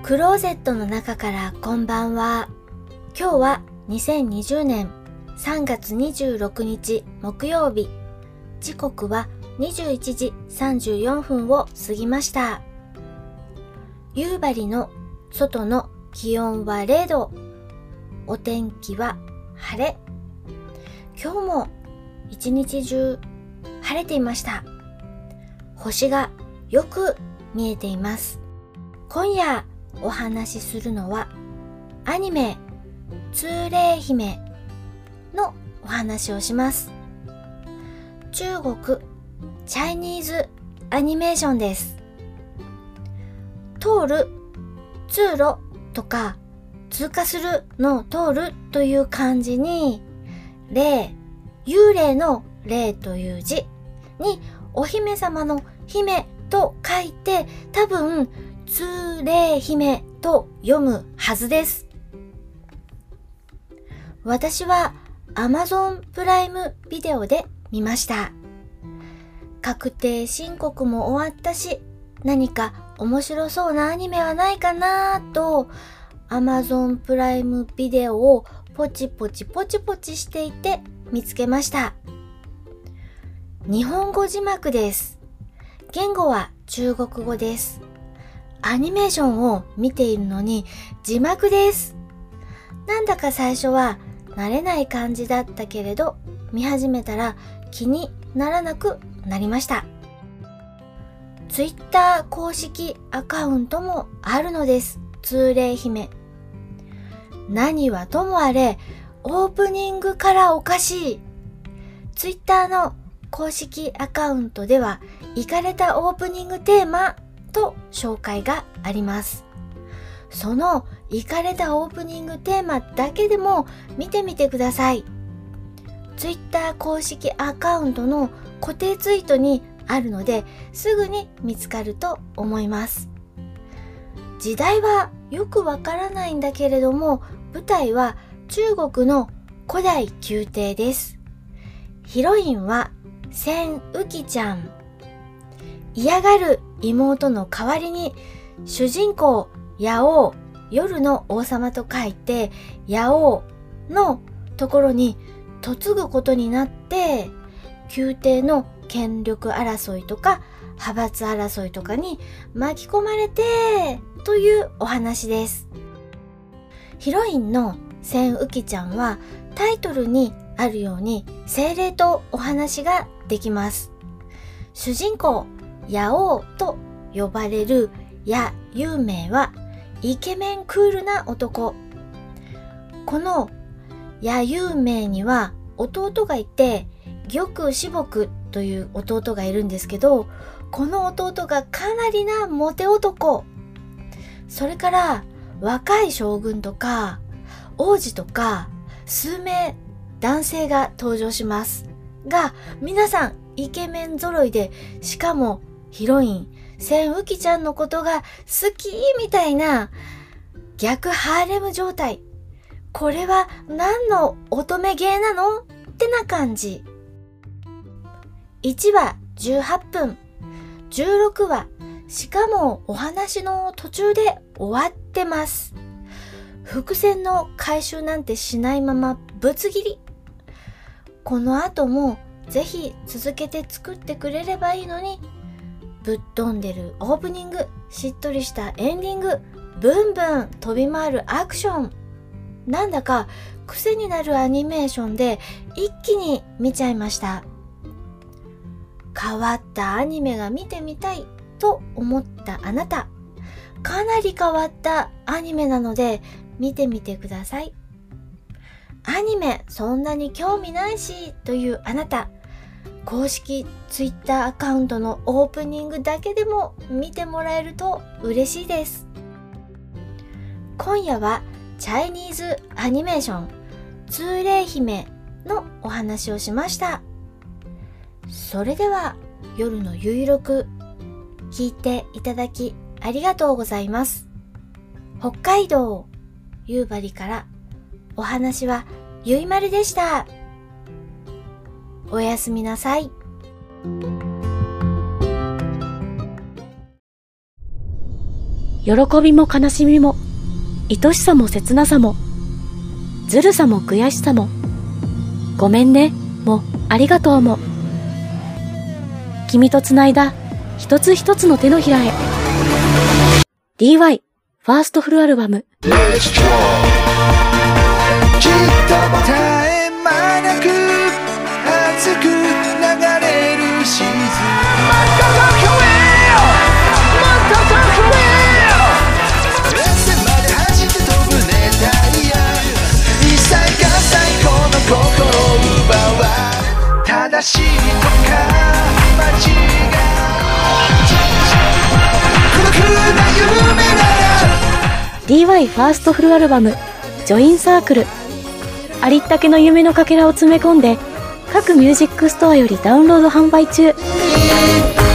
クローゼットの中からこんばんは。今日は2020年3月26日木曜日。時刻は21時34分を過ぎました。夕張の外の気温は0度。お天気は晴れ。今日も一日中晴れていました。星がよく見えています。今夜お話しするのはアニメ通霊姫のお話をします。中国チャイニーズアニメーションです。通る、通路とか通過するの通るという漢字に霊、幽霊の霊という字にお姫様の姫と書いて多分通霊姫と読むはずです。私は Amazon プライムビデオで見ました。確定申告も終わったし、何か面白そうなアニメはないかなと Amazon プライムビデオをポチポチしていて見つけました。日本語字幕です。言語は中国語です。アニメーションを見ているのに字幕です。なんだか最初は慣れない感じだったけれど、見始めたら気にならなくなりました。Twitter 公式アカウントもあるのです。通霊姫。何はともあれ、オープニングからおかしい。Twitter の公式アカウントでは、イカれたオープニングテーマと紹介があります。そのイカれたオープニングテーマだけでも見てみてください。Twitter 公式アカウントの固定ツイートにあるので、すぐに見つかると思います。時代はよくわからないんだけれども、舞台は中国の古代宮廷です。ヒロインは千雨ちゃん。嫌がる妹の代わりに主人公夜王、夜の王様と書いて夜王のところに嫁ぐことになって、宮廷の権力争いとか派閥争いとかに巻き込まれてというお話です。ヒロインの千雨ちゃんはタイトルにあるように精霊とお話ができます。主人公夜王と呼ばれる夜幽冥はイケメンクールな男。この夜幽冥には弟がいて、玉子木という弟がいるんですけど、この弟がかなりなモテ男。それから若い将軍とか王子とか数名男性が登場しますが、皆さんイケメン揃いで、しかもヒロイン千雨ちゃんのことが好きみたいな逆ハーレム状態。これは何の乙女芸なのってな感じ。1話18分、16話、しかもお話の途中で終わってます。伏線の回収なんてしないままぶつ切り。この後もぜひ続けて作ってくれればいいのに、ぶっ飛んでるオープニング、しっとりしたエンディング、ブンブン飛び回るアクション。なんだか癖になるアニメーションで一気に見ちゃいました。変わったアニメが見てみたいと思ったあなた、かなり変わったアニメなので見てみてください。アニメそんなに興味ないしというあなた、公式 Twitter アカウントのオープニングだけでも見てもらえると嬉しいです。今夜はチャイニーズアニメーション通霊姫のお話をしました。それでは夜のゆいろく聞いていただきありがとうございます。北海道夕張からお話はゆいまるでした。おやすみなさい。 喜びも悲しみも、愛しさも切なさも、ずるさも悔しさも、ごめんねもありがとうも、君とつないだ一つ一つの手のひらへ。 DY ファーストフルアルバム。 きっと絶え間なく熱く流れるシーズン、もっと遠くへ、もっと遠くへ、レッスンまで走って飛ぶ熱帯夜、一切が最高の心を奪われ、正しいとか間違い、孤独な夢なら DY ファーストフルアルバムジョインサークル。ありったけの夢のかけらを詰め込んで各ミュージックストアよりダウンロード販売中。